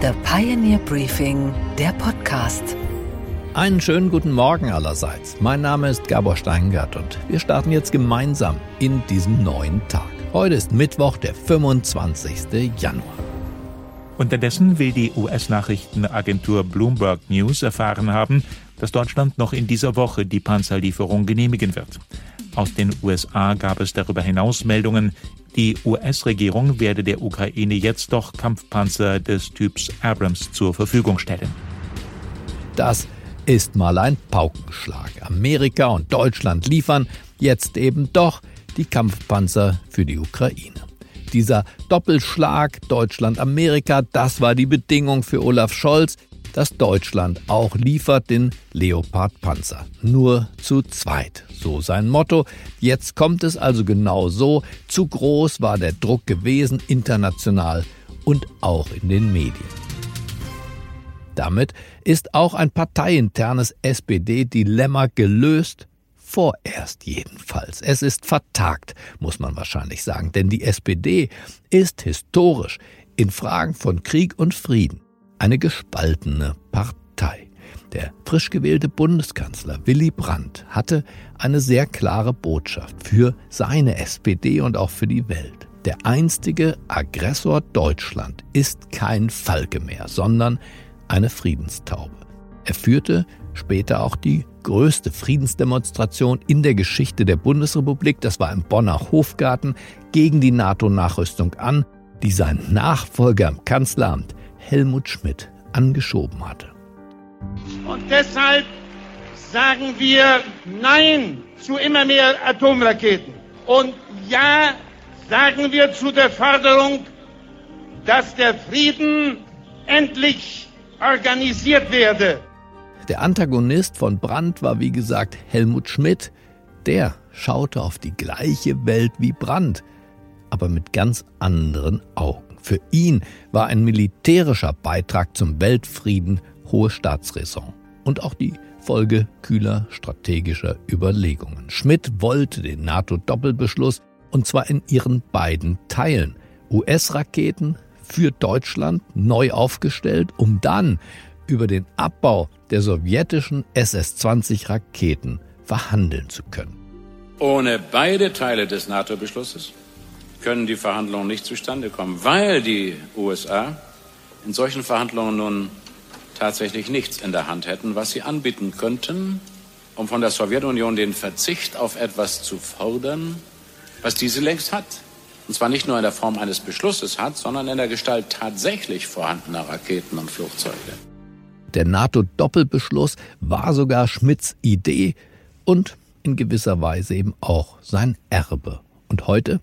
The Pioneer Briefing, der Podcast. Einen schönen guten Morgen allerseits. Mein Name ist Gabor Steingart und wir starten jetzt gemeinsam in diesem neuen Tag. Heute ist Mittwoch, der 25. Januar. Unterdessen will die US-Nachrichtenagentur Bloomberg News erfahren haben, dass Deutschland noch in dieser Woche die Panzerlieferung genehmigen wird. Aus den USA gab es darüber hinaus Meldungen, die US-Regierung werde der Ukraine jetzt doch Kampfpanzer des Typs Abrams zur Verfügung stellen. Das ist mal ein Paukenschlag. Amerika und Deutschland liefern jetzt eben doch die Kampfpanzer für die Ukraine. Dieser Doppelschlag Deutschland-Amerika, das war die Bedingung für Olaf Scholz, dass Deutschland auch liefert den Leopard-Panzer. Nur zu zweit, so sein Motto. Jetzt kommt es also genau so. Zu groß war der Druck gewesen, international und auch in den Medien. Damit ist auch ein parteiinternes SPD-Dilemma gelöst. Vorerst jedenfalls. Es ist vertagt, muss man wahrscheinlich sagen, denn die SPD ist historisch in Fragen von Krieg und Frieden eine gespaltene Partei. Der frisch gewählte Bundeskanzler Willy Brandt hatte eine sehr klare Botschaft für seine SPD und auch für die Welt. Der einstige Aggressor Deutschland ist kein Falke mehr, sondern eine Friedenstaube. Er führte später auch die größte Friedensdemonstration in der Geschichte der Bundesrepublik, das war im Bonner Hofgarten, gegen die NATO-Nachrüstung an, die sein Nachfolger im Kanzleramt Helmut Schmidt angeschoben hatte. Und deshalb sagen wir Nein zu immer mehr Atomraketen. Und Ja sagen wir zu der Forderung, dass der Frieden endlich organisiert werde. Der Antagonist von Brandt war wie gesagt Helmut Schmidt. Der schaute auf die gleiche Welt wie Brandt, aber mit ganz anderen Augen. Für ihn war ein militärischer Beitrag zum Weltfrieden hohe Staatsräson und auch die Folge kühler strategischer Überlegungen. Schmidt wollte den NATO-Doppelbeschluss und zwar in ihren beiden Teilen. US-Raketen für Deutschland neu aufgestellt, um dann über den Abbau der sowjetischen SS-20-Raketen verhandeln zu können. Ohne beide Teile des NATO-Beschlusses können die Verhandlungen nicht zustande kommen, weil die USA in solchen Verhandlungen nun tatsächlich nichts in der Hand hätten, was sie anbieten könnten, um von der Sowjetunion den Verzicht auf etwas zu fordern, was diese längst hat. Und zwar nicht nur in der Form eines Beschlusses hat, sondern in der Gestalt tatsächlich vorhandener Raketen und Flugzeuge. Der NATO-Doppelbeschluss war sogar Schmidts Idee und in gewisser Weise eben auch sein Erbe. Und heute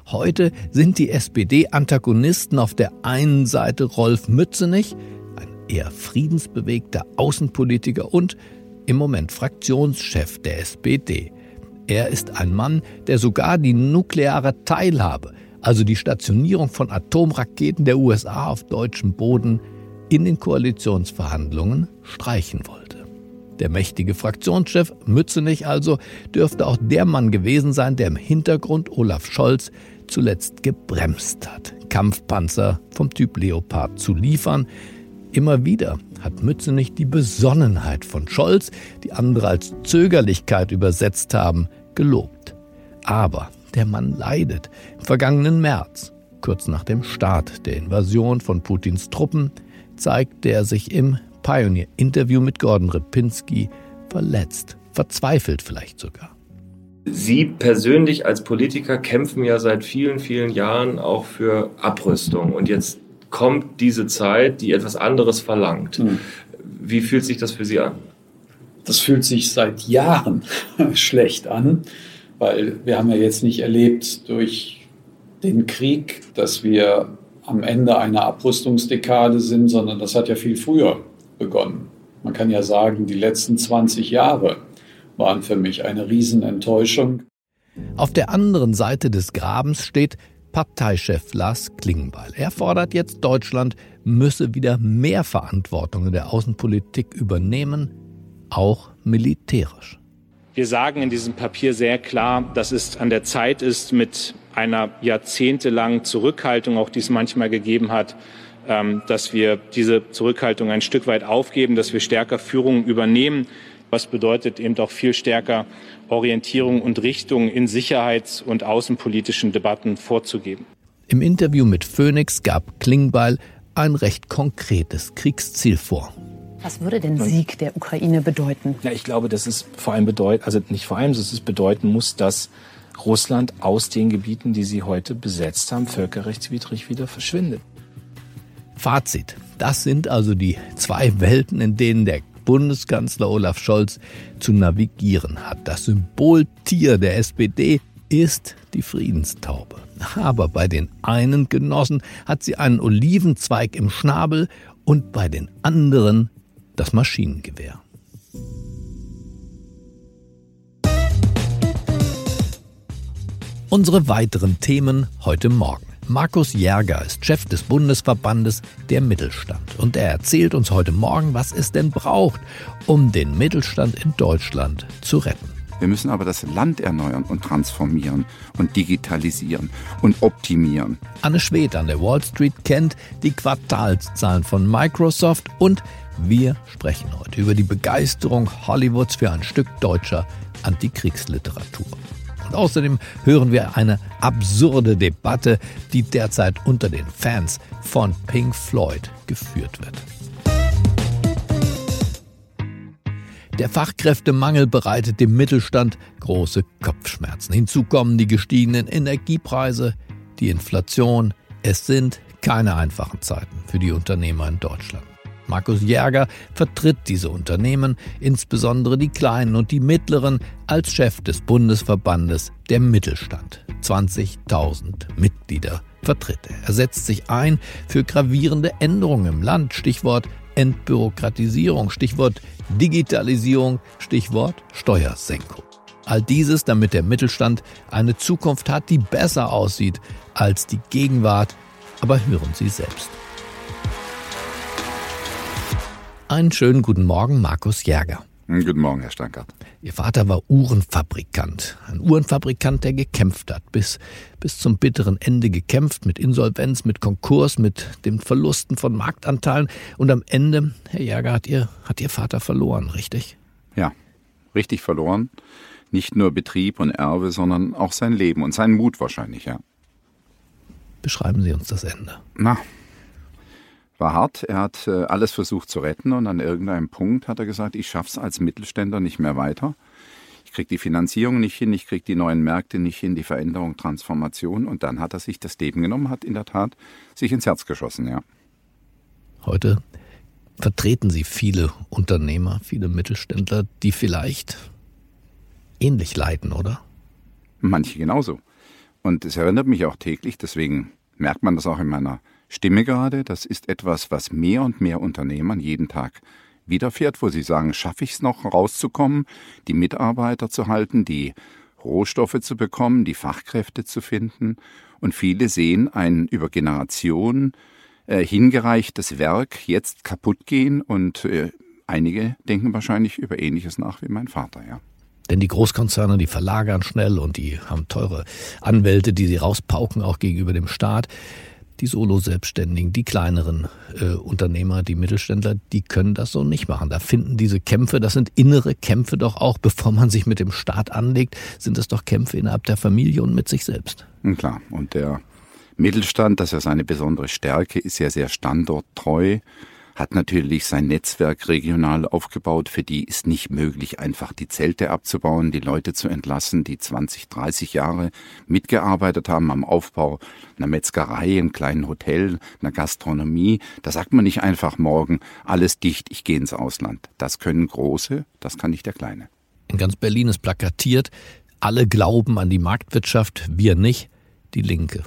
sind die SPD-Antagonisten auf der einen Seite Rolf Mützenich, ein eher friedensbewegter Außenpolitiker und im Moment Fraktionschef der SPD. Er ist ein Mann, der sogar die nukleare Teilhabe, also die Stationierung von Atomraketen der USA auf deutschem Boden, in den Koalitionsverhandlungen streichen wollte. Der mächtige Fraktionschef Mützenich also dürfte auch der Mann gewesen sein, der im Hintergrund Olaf Scholz zuletzt gebremst hat, Kampfpanzer vom Typ Leopard zu liefern. Immer wieder hat Mützenich die Besonnenheit von Scholz, die andere als Zögerlichkeit übersetzt haben, gelobt. Aber der Mann leidet. Im vergangenen März, kurz nach dem Start der Invasion von Putins Truppen, zeigte er sich im Pioneer-Interview mit Gordon Ripinski verletzt, verzweifelt vielleicht sogar. Sie persönlich als Politiker kämpfen ja seit vielen, vielen Jahren auch für Abrüstung. Und jetzt kommt diese Zeit, die etwas anderes verlangt. Wie fühlt sich das für Sie an? Das fühlt sich seit Jahren schlecht an, weil wir haben ja jetzt nicht erlebt durch den Krieg, dass wir am Ende einer Abrüstungsdekade sind, sondern das hat ja viel früher begonnen. Man kann ja sagen, die letzten 20 Jahre waren für mich eine Riesenenttäuschung. Auf der anderen Seite des Grabens steht Parteichef Lars Klingbeil. Er fordert jetzt, Deutschland müsse wieder mehr Verantwortung in der Außenpolitik übernehmen, auch militärisch. Wir sagen in diesem Papier sehr klar, dass es an der Zeit ist, mit einer jahrzehntelangen Zurückhaltung, auch die es manchmal gegeben hat, dass wir diese Zurückhaltung ein Stück weit aufgeben, dass wir stärker Führung übernehmen. Was bedeutet eben auch viel stärker Orientierung und Richtung in sicherheits- und außenpolitischen Debatten vorzugeben. Im Interview mit Phoenix gab Klingbeil ein recht konkretes Kriegsziel vor. Was würde denn Sieg der Ukraine bedeuten? Ja, ich glaube, dass es vor allem bedeuten muss, dass Russland aus den Gebieten, die sie heute besetzt haben, völkerrechtswidrig wieder verschwindet. Fazit: Das sind also die zwei Welten, in denen der Bundeskanzler Olaf Scholz zu navigieren hat. Das Symboltier der SPD ist die Friedenstaube. Aber bei den einen Genossen hat sie einen Olivenzweig im Schnabel und bei den anderen das Maschinengewehr. Unsere weiteren Themen heute Morgen. Markus Jerger ist Chef des Bundesverbandes der Mittelstand. Und er erzählt uns heute Morgen, was es denn braucht, um den Mittelstand in Deutschland zu retten. Wir müssen aber das Land erneuern und transformieren und digitalisieren und optimieren. Anne Schwedt an der Wall Street kennt die Quartalszahlen von Microsoft und wir sprechen heute über die Begeisterung Hollywoods für ein Stück deutscher Antikriegsliteratur. Und außerdem hören wir eine absurde Debatte, die derzeit unter den Fans von Pink Floyd geführt wird. Der Fachkräftemangel bereitet dem Mittelstand große Kopfschmerzen. Hinzu kommen die gestiegenen Energiepreise, die Inflation. Es sind keine einfachen Zeiten für die Unternehmer in Deutschland. Markus Jerger vertritt diese Unternehmen, insbesondere die kleinen und die mittleren, als Chef des Bundesverbandes der Mittelstand. 20.000 Mitglieder vertritt er. Er setzt sich ein für gravierende Änderungen im Land. Stichwort Entbürokratisierung, Stichwort Digitalisierung, Stichwort Steuersenkung. All dieses, damit der Mittelstand eine Zukunft hat, die besser aussieht als die Gegenwart. Aber hören Sie selbst. Einen schönen guten Morgen, Markus Jerger. Guten Morgen, Herr Stankert. Ihr Vater war Uhrenfabrikant. Ein Uhrenfabrikant, der gekämpft hat, bis zum bitteren Ende gekämpft, mit Insolvenz, mit Konkurs, mit den Verlusten von Marktanteilen. Und am Ende, Herr Jerger, hat Ihr Vater verloren, richtig? Ja, richtig verloren. Nicht nur Betrieb und Erbe, sondern auch sein Leben und seinen Mut wahrscheinlich, ja. Beschreiben Sie uns das Ende. War hart. Er hat alles versucht zu retten und an irgendeinem Punkt hat er gesagt, ich schaff's als Mittelständler nicht mehr weiter. Ich kriege die Finanzierung nicht hin, ich kriege die neuen Märkte nicht hin, die Veränderung, Transformation. Und dann hat er sich das Leben genommen, hat in der Tat sich ins Herz geschossen, ja. Heute vertreten Sie viele Unternehmer, viele Mittelständler, die vielleicht ähnlich leiden, oder? Manche genauso. Und es erinnert mich auch täglich, deswegen merkt man das auch in meiner Stimme gerade. Das ist etwas, was mehr und mehr Unternehmern jeden Tag widerfährt, wo sie sagen, schaffe ich es noch rauszukommen, die Mitarbeiter zu halten, die Rohstoffe zu bekommen, die Fachkräfte zu finden. Und viele sehen ein über Generationen hingereichtes Werk jetzt kaputt gehen und einige denken wahrscheinlich über Ähnliches nach wie mein Vater, ja. Denn die Großkonzerne, die verlagern schnell und die haben teure Anwälte, die sie rauspauken, auch gegenüber dem Staat. Die Solo-Selbstständigen, die kleineren Unternehmer, die Mittelständler, die können das so nicht machen. Da finden diese Kämpfe, das sind innere Kämpfe doch auch, bevor man sich mit dem Staat anlegt, sind es doch Kämpfe innerhalb der Familie und mit sich selbst. Klar, und der Mittelstand, das ist ja seine besondere Stärke, ist ja sehr standorttreu, hat natürlich sein Netzwerk regional aufgebaut. Für die ist nicht möglich, einfach die Zelte abzubauen, die Leute zu entlassen, die 20, 30 Jahre mitgearbeitet haben am Aufbau einer Metzgerei, einem kleinen Hotel, einer Gastronomie. Da sagt man nicht einfach morgen, alles dicht, ich gehe ins Ausland. Das können Große, das kann nicht der Kleine. In ganz Berlin ist plakatiert, alle glauben an die Marktwirtschaft, wir nicht, die Linke.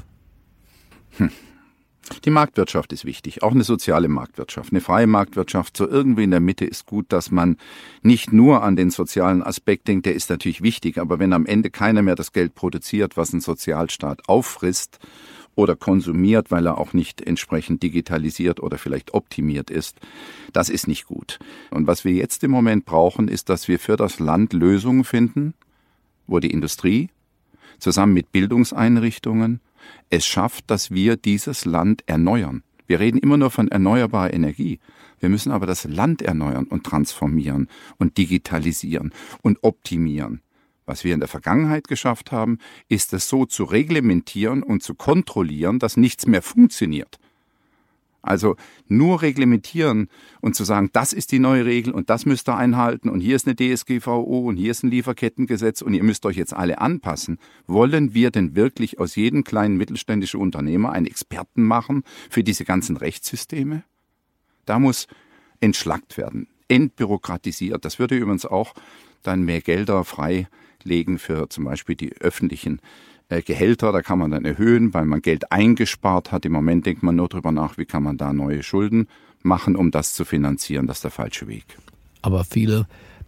Die Marktwirtschaft ist wichtig, auch eine soziale Marktwirtschaft, eine freie Marktwirtschaft. So irgendwie in der Mitte ist gut, dass man nicht nur an den sozialen Aspekt denkt, der ist natürlich wichtig, aber wenn am Ende keiner mehr das Geld produziert, was ein Sozialstaat auffrisst oder konsumiert, weil er auch nicht entsprechend digitalisiert oder vielleicht optimiert ist, das ist nicht gut. Und was wir jetzt im Moment brauchen, ist, dass wir für das Land Lösungen finden, wo die Industrie zusammen mit Bildungseinrichtungen es schafft, dass wir dieses Land erneuern. Wir reden immer nur von erneuerbarer Energie. Wir müssen aber das Land erneuern und transformieren und digitalisieren und optimieren. Was wir in der Vergangenheit geschafft haben, ist es so zu reglementieren und zu kontrollieren, dass nichts mehr funktioniert. Also nur reglementieren und zu sagen, das ist die neue Regel und das müsst ihr einhalten und hier ist eine DSGVO und hier ist ein Lieferkettengesetz und ihr müsst euch jetzt alle anpassen. Wollen wir denn wirklich aus jedem kleinen mittelständischen Unternehmer einen Experten machen für diese ganzen Rechtssysteme? Da muss entschlackt werden, entbürokratisiert. Das würde übrigens auch dann mehr Gelder freilegen für zum Beispiel die öffentlichen Gehälter, da kann man dann erhöhen, weil man Geld eingespart hat. Im Moment denkt man nur darüber nach, wie kann man da neue Schulden machen, um das zu finanzieren. Das ist der falsche Weg. Aber viele,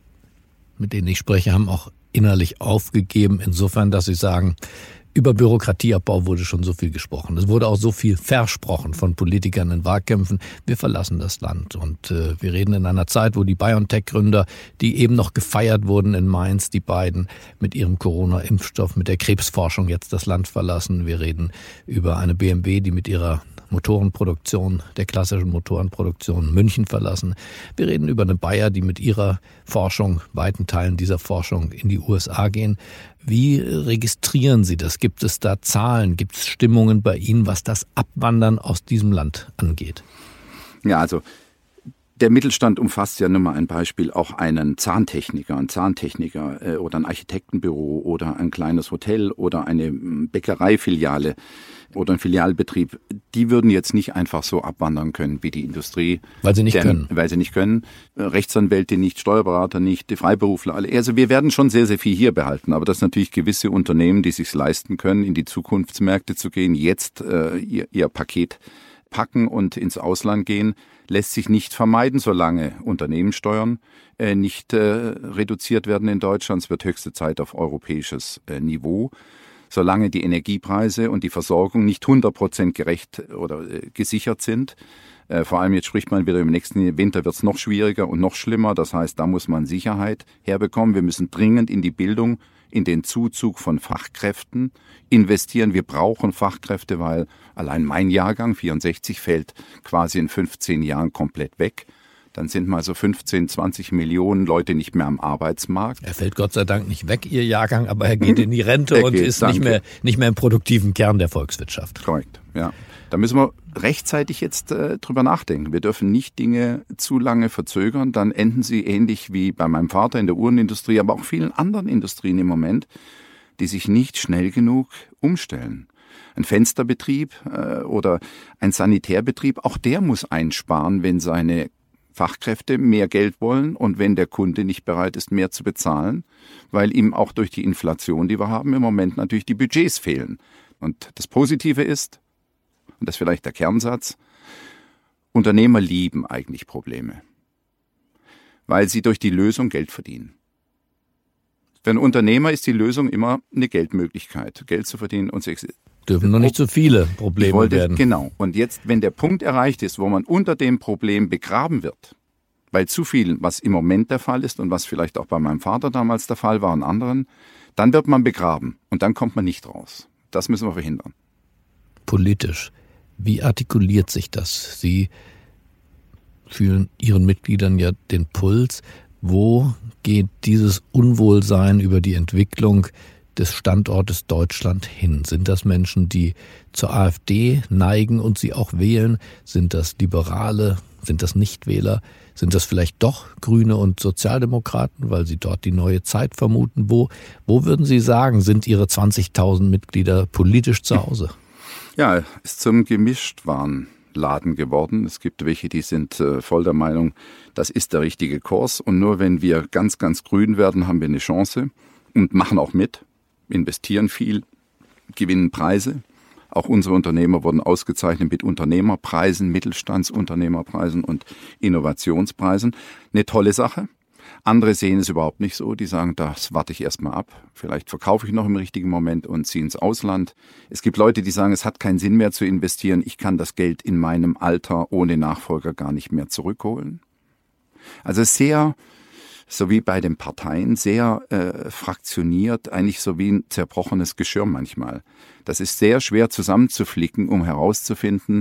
mit denen ich spreche, haben auch innerlich aufgegeben, insofern, dass sie sagen, über Bürokratieabbau wurde schon so viel gesprochen. Es wurde auch so viel versprochen von Politikern in Wahlkämpfen. Wir verlassen das Land. Und wir reden in einer Zeit, wo die BioNTech-Gründer, die eben noch gefeiert wurden in Mainz, die beiden mit ihrem Corona-Impfstoff, mit der Krebsforschung jetzt das Land verlassen. Wir reden über eine BMW, die mit ihrer Motorenproduktion, der klassischen Motorenproduktion München verlassen. Wir reden über eine Bayer, die mit ihrer Forschung, weiten Teilen dieser Forschung in die USA gehen. Wie registrieren Sie das? Gibt es da Zahlen? Gibt es Stimmungen bei Ihnen, was das Abwandern aus diesem Land angeht? Ja, also der Mittelstand umfasst ja nur mal ein Beispiel auch einen Zahntechniker oder ein Architektenbüro oder ein kleines Hotel oder eine Bäckereifiliale oder ein Filialbetrieb. Die würden jetzt nicht einfach so abwandern können wie die Industrie. Weil sie nicht können. Weil sie nicht können. Rechtsanwälte nicht, Steuerberater nicht, die Freiberufler alle. Also wir werden schon sehr, sehr viel hier behalten. Aber das natürlich gewisse Unternehmen, die sich leisten können, in die Zukunftsmärkte zu gehen, jetzt ihr Paket packen und ins Ausland gehen, lässt sich nicht vermeiden, solange Unternehmenssteuern nicht reduziert werden in Deutschland. Es wird höchste Zeit auf europäisches Niveau. Solange die Energiepreise und die Versorgung nicht 100% gerecht oder gesichert sind. Vor allem jetzt spricht man wieder, im nächsten Winter wird es noch schwieriger und noch schlimmer. Das heißt, da muss man Sicherheit herbekommen. Wir müssen dringend in die Bildung, in den Zuzug von Fachkräften investieren. Wir brauchen Fachkräfte, weil allein mein Jahrgang, 64, fällt quasi in 15 Jahren komplett weg. Dann sind mal so 15, 20 Millionen Leute nicht mehr am Arbeitsmarkt. Er fällt Gott sei Dank nicht weg, Ihr Jahrgang, aber er geht in die Rente und ist nicht mehr im produktiven Kern der Volkswirtschaft. Korrekt, ja. Da müssen wir rechtzeitig jetzt drüber nachdenken. Wir dürfen nicht Dinge zu lange verzögern, dann enden sie ähnlich wie bei meinem Vater in der Uhrenindustrie, aber auch vielen anderen Industrien im Moment, die sich nicht schnell genug umstellen. Ein Fensterbetrieb oder ein Sanitärbetrieb, auch der muss einsparen, wenn seine Fachkräfte mehr Geld wollen und wenn der Kunde nicht bereit ist, mehr zu bezahlen, weil ihm auch durch die Inflation, die wir haben, im Moment natürlich die Budgets fehlen. Und das Positive ist, und das ist vielleicht der Kernsatz, Unternehmer lieben eigentlich Probleme, weil sie durch die Lösung Geld verdienen. Für einen Unternehmer ist die Lösung immer eine Geldmöglichkeit, Geld zu verdienen und dürfen noch nicht so viele Probleme werden. Genau. Und jetzt, wenn der Punkt erreicht ist, wo man unter dem Problem begraben wird, weil zu viel, was im Moment der Fall ist und was vielleicht auch bei meinem Vater damals der Fall war und anderen, dann wird man begraben und dann kommt man nicht raus. Das müssen wir verhindern. Politisch, wie artikuliert sich das? Sie fühlen Ihren Mitgliedern ja den Puls. Wo geht dieses Unwohlsein über die Entwicklung des Standortes Deutschland hin? Sind das Menschen, die zur AfD neigen und sie auch wählen? Sind das Liberale? Sind das Nichtwähler? Sind das vielleicht doch Grüne und Sozialdemokraten, weil sie dort die neue Zeit vermuten? Wo würden Sie sagen, sind Ihre 20.000 Mitglieder politisch zu Hause? Ja, ist zum Gemischtwarenladen geworden. Es gibt welche, die sind voll der Meinung, das ist der richtige Kurs. Und nur wenn wir ganz, ganz grün werden, haben wir eine Chance und machen auch mit. Investieren viel, gewinnen Preise. Auch unsere Unternehmer wurden ausgezeichnet mit Unternehmerpreisen, Mittelstandsunternehmerpreisen und Innovationspreisen. Eine tolle Sache. Andere sehen es überhaupt nicht so. Die sagen, das warte ich erst mal ab. Vielleicht verkaufe ich noch im richtigen Moment und ziehe ins Ausland. Es gibt Leute, die sagen, es hat keinen Sinn mehr zu investieren. Ich kann das Geld in meinem Alter ohne Nachfolger gar nicht mehr zurückholen. Also sehr, so wie bei den Parteien, sehr fraktioniert, eigentlich so wie ein zerbrochenes Geschirr manchmal. Das ist sehr schwer zusammenzuflicken, um herauszufinden,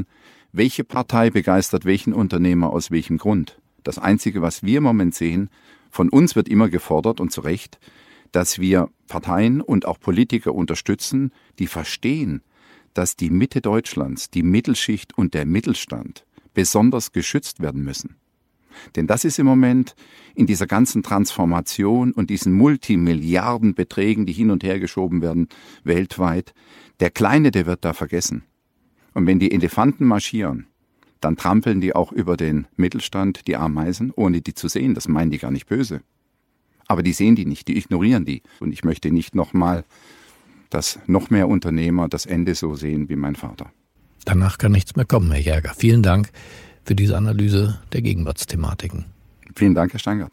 welche Partei begeistert welchen Unternehmer aus welchem Grund. Das Einzige, was wir im Moment sehen, von uns wird immer gefordert und zu Recht, dass wir Parteien und auch Politiker unterstützen, die verstehen, dass die Mitte Deutschlands, die Mittelschicht und der Mittelstand besonders geschützt werden müssen. Denn das ist im Moment in dieser ganzen Transformation und diesen Multimilliardenbeträgen, die hin und her geschoben werden, weltweit, der Kleine, der wird da vergessen. Und wenn die Elefanten marschieren, dann trampeln die auch über den Mittelstand, die Ameisen, ohne die zu sehen. Das meinen die gar nicht böse. Aber die sehen die nicht, die ignorieren die. Und ich möchte nicht nochmal, dass noch mehr Unternehmer das Ende so sehen wie mein Vater. Danach kann nichts mehr kommen, Herr Jäger. Vielen Dank für diese Analyse der Gegenwartsthematiken. Vielen Dank, Herr Steingart.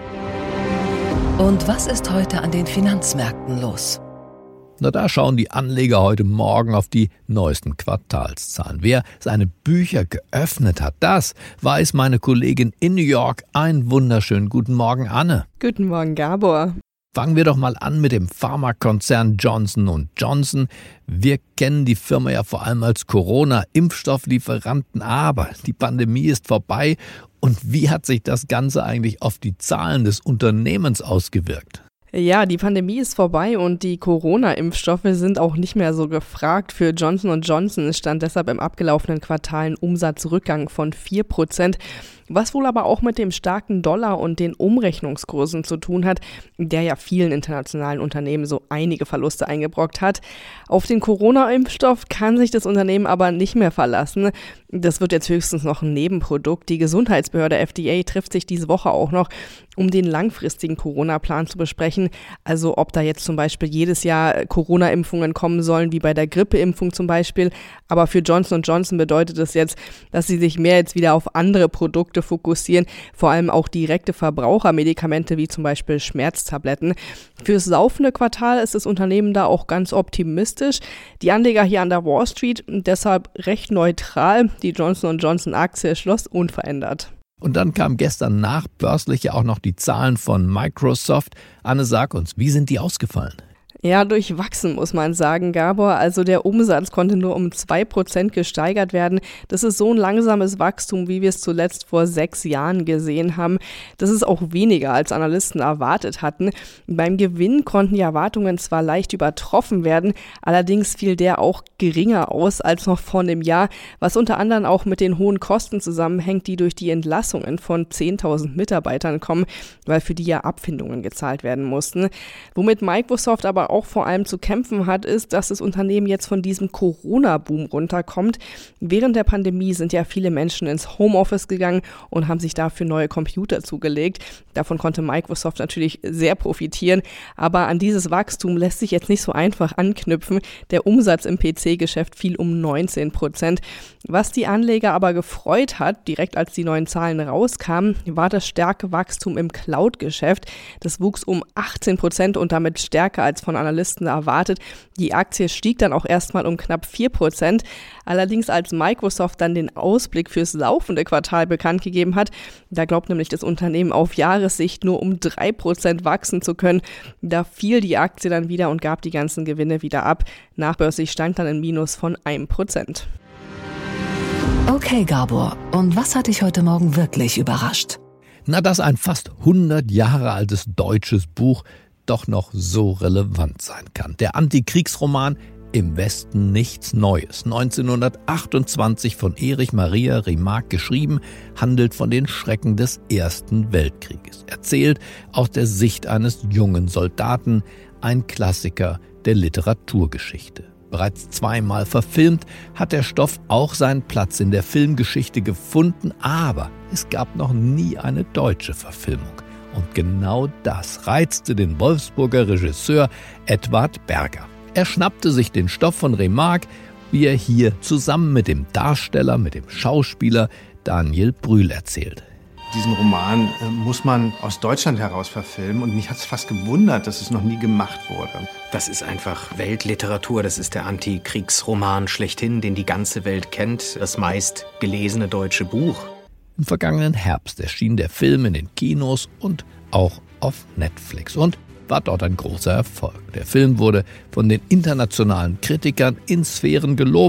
Und was ist heute an den Finanzmärkten los? Na, da schauen die Anleger heute Morgen auf die neuesten Quartalszahlen. Wer seine Bücher geöffnet hat, das weiß meine Kollegin in New York. Einen wunderschönen guten Morgen, Anne. Guten Morgen, Gabor. Fangen wir doch mal an mit dem Pharmakonzern Johnson & Johnson. Wir kennen die Firma ja vor allem als Corona-Impfstofflieferanten, aber die Pandemie ist vorbei. Und wie hat sich das Ganze eigentlich auf die Zahlen des Unternehmens ausgewirkt? Ja, die Pandemie ist vorbei und die Corona-Impfstoffe sind auch nicht mehr so gefragt. Für Johnson & Johnson stand deshalb im abgelaufenen Quartal ein Umsatzrückgang von 4%. Was wohl aber auch mit dem starken Dollar und den Umrechnungskursen zu tun hat, der ja vielen internationalen Unternehmen so einige Verluste eingebrockt hat. Auf den Corona-Impfstoff kann sich das Unternehmen aber nicht mehr verlassen. Das wird jetzt höchstens noch ein Nebenprodukt. Die Gesundheitsbehörde FDA trifft sich diese Woche auch noch, um den langfristigen Corona-Plan zu besprechen. Also ob da jetzt zum Beispiel jedes Jahr Corona-Impfungen kommen sollen, wie bei der Grippeimpfung zum Beispiel. Aber für Johnson & Johnson bedeutet das jetzt, dass sie sich mehr jetzt wieder auf andere Produkte fokussieren, vor allem auch direkte Verbrauchermedikamente wie zum Beispiel Schmerztabletten. Fürs laufende Quartal ist das Unternehmen da auch ganz optimistisch. Die Anleger hier an der Wall Street deshalb recht neutral. Die Johnson & Johnson Aktie schloss unverändert. Und dann kamen gestern nachbörslich ja auch noch die Zahlen von Microsoft. Anne, sag uns, wie sind die ausgefallen? Ja, durchwachsen muss man sagen, Gabor. Also der Umsatz konnte nur um 2% gesteigert werden. Das ist so ein langsames Wachstum, wie wir es zuletzt vor 6 Jahren gesehen haben. Das ist auch weniger, als Analysten erwartet hatten. Beim Gewinn konnten die Erwartungen zwar leicht übertroffen werden, allerdings fiel der auch geringer aus als noch vor einem Jahr, was unter anderem auch mit den hohen Kosten zusammenhängt, die durch die Entlassungen von 10.000 Mitarbeitern kommen, weil für die ja Abfindungen gezahlt werden mussten. Womit Microsoft aber auch vor allem zu kämpfen hat, ist, dass das Unternehmen jetzt von diesem Corona-Boom runterkommt. Während der Pandemie sind ja viele Menschen ins Homeoffice gegangen und haben sich dafür neue Computer zugelegt. Davon konnte Microsoft natürlich sehr profitieren, aber an dieses Wachstum lässt sich jetzt nicht so einfach anknüpfen. Der Umsatz im PC-Geschäft fiel um 19%. Was die Anleger aber gefreut hat, direkt als die neuen Zahlen rauskamen, war das starke Wachstum im Cloud-Geschäft. Das wuchs um 18% und damit stärker als von Analysten erwartet. Die Aktie stieg dann auch erstmal um knapp 4%. Allerdings als Microsoft dann den Ausblick fürs laufende Quartal bekannt gegeben hat, da glaubt nämlich das Unternehmen auf Jahressicht nur um 3% wachsen zu können. Da fiel die Aktie dann wieder und gab die ganzen Gewinne wieder ab. Nachbörslich stand dann ein Minus von 1%. Okay, Gabor, und was hat dich heute Morgen wirklich überrascht? Na, dass ein fast 100 Jahre altes deutsches Buch doch noch so relevant sein kann. Der Antikriegsroman Im Westen nichts Neues, 1928 von Erich Maria Remarque geschrieben, handelt von den Schrecken des Ersten Weltkrieges. Erzählt aus der Sicht eines jungen Soldaten, ein Klassiker der Literaturgeschichte. Bereits 2-mal verfilmt, hat der Stoff auch seinen Platz in der Filmgeschichte gefunden, aber es gab noch nie eine deutsche Verfilmung. Und genau das reizte den Wolfsburger Regisseur Edward Berger. Er schnappte sich den Stoff von Remarque, wie er hier zusammen mit dem Darsteller, mit dem Schauspieler Daniel Brühl erzählt. Diesen Roman muss man aus Deutschland heraus verfilmen und mich hat es fast gewundert, dass es noch nie gemacht wurde. Das ist einfach Weltliteratur, das ist der Antikriegsroman schlechthin, den die ganze Welt kennt, das meist gelesene deutsche Buch. Im vergangenen Herbst erschien der Film in den Kinos und auch auf Netflix und war dort ein großer Erfolg. Der Film wurde von den internationalen Kritikern in Sphären gelobt,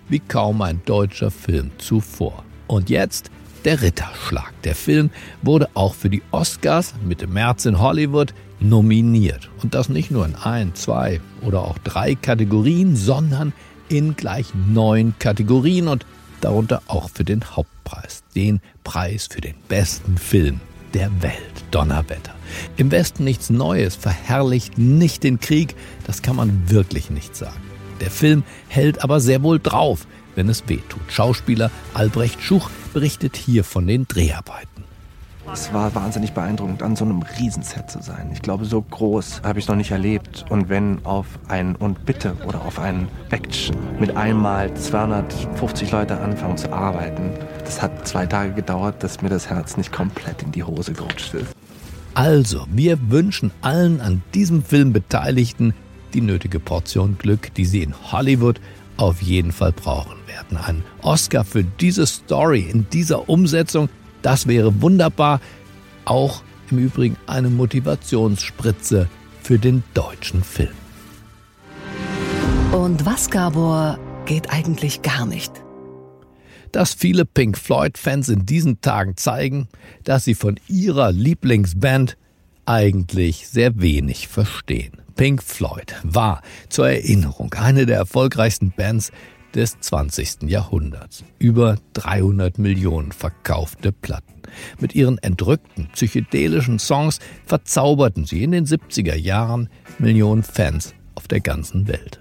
wie kaum ein deutscher Film zuvor. Und jetzt der Ritterschlag. Der Film wurde auch für die Oscars Mitte März in Hollywood nominiert. Und das nicht nur in 1, 2 oder auch 3 Kategorien, sondern in gleich 9 Kategorien und darunter auch für den Hauptpreis, den Preis für den besten Film der Welt. Donnerwetter. Im Westen nichts Neues, verherrlicht nicht den Krieg, das kann man wirklich nicht sagen. Der Film hält aber sehr wohl drauf, wenn es wehtut. Schauspieler Albrecht Schuch berichtet hier von den Dreharbeiten. Es war wahnsinnig beeindruckend, an so einem Riesenset zu sein. Ich glaube, so groß habe ich es noch nicht erlebt. Und wenn auf ein Und bitte oder auf ein Action mit einmal 250 Leute anfangen zu arbeiten, das hat 2 Tage gedauert, dass mir das Herz nicht komplett in die Hose gerutscht ist. Also, wir wünschen allen an diesem Film Beteiligten die nötige Portion Glück, die sie in Hollywood auf jeden Fall brauchen werden. Ein Oscar für diese Story in dieser Umsetzung, das wäre wunderbar. Auch im Übrigen eine Motivationsspritze für den deutschen Film. Und was, Gabor, geht eigentlich gar nicht? Dass viele Pink Floyd-Fans in diesen Tagen zeigen, dass sie von ihrer Lieblingsband eigentlich sehr wenig verstehen. Pink Floyd war zur Erinnerung eine der erfolgreichsten Bands des 20. Jahrhunderts. Über 300 Millionen verkaufte Platten. Mit ihren entrückten, psychedelischen Songs verzauberten sie in den 70er Jahren Millionen Fans auf der ganzen Welt.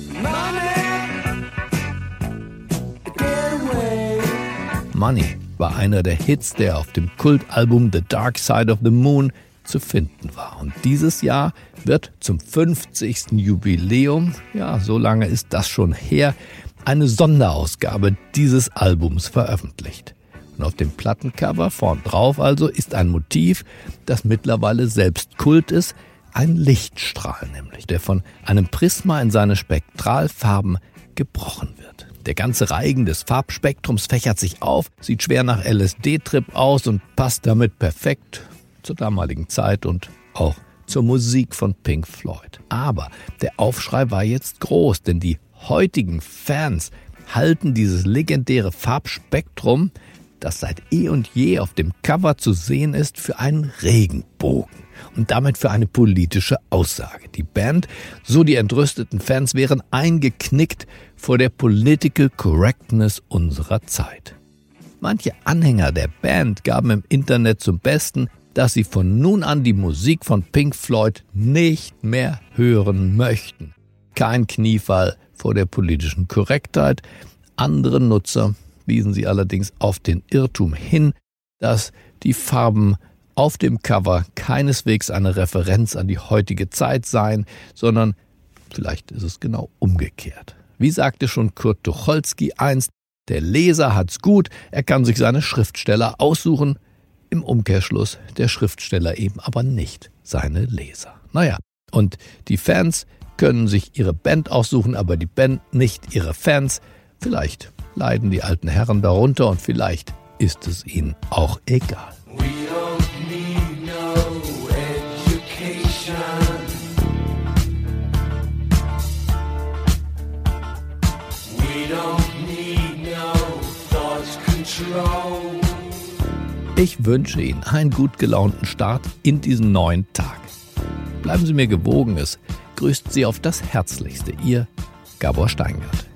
Money war einer der Hits, der auf dem Kultalbum The Dark Side of the Moon zu finden war. Und dieses Jahr wird zum 50. Jubiläum, ja, so lange ist das schon her, eine Sonderausgabe dieses Albums veröffentlicht. Und auf dem Plattencover vorn drauf also ist ein Motiv, das mittlerweile selbst Kult ist, ein Lichtstrahl nämlich, der von einem Prisma in seine Spektralfarben gebrochen wird. Der ganze Reigen des Farbspektrums fächert sich auf, sieht schwer nach LSD-Trip aus und passt damit perfekt zur damaligen Zeit und auch zur Musik von Pink Floyd. Aber der Aufschrei war jetzt groß, denn die heutigen Fans halten dieses legendäre Farbspektrum, das seit eh und je auf dem Cover zu sehen ist, für einen Regenbogen und damit für eine politische Aussage. Die Band, so die entrüsteten Fans, wären eingeknickt vor der Political Correctness unserer Zeit. Manche Anhänger der Band gaben im Internet zum Besten, dass sie von nun an die Musik von Pink Floyd nicht mehr hören möchten. Kein Kniefall vor der politischen Korrektheit. Andere Nutzer wiesen sie allerdings auf den Irrtum hin, dass die Farben auf dem Cover keineswegs eine Referenz an die heutige Zeit seien, sondern vielleicht ist es genau umgekehrt. Wie sagte schon Kurt Tucholsky einst, der Leser hat's gut, er kann sich seine Schriftsteller aussuchen, im Umkehrschluss der Schriftsteller eben aber nicht seine Leser. Naja, und die Fans können sich ihre Band aussuchen, aber die Band nicht ihre Fans. Vielleicht leiden die alten Herren darunter und vielleicht ist es ihnen auch egal. Ich wünsche Ihnen einen gut gelaunten Start in diesen neuen Tag. Bleiben Sie mir gewogen, es grüßt Sie auf das Herzlichste, Ihr Gabor Steingart.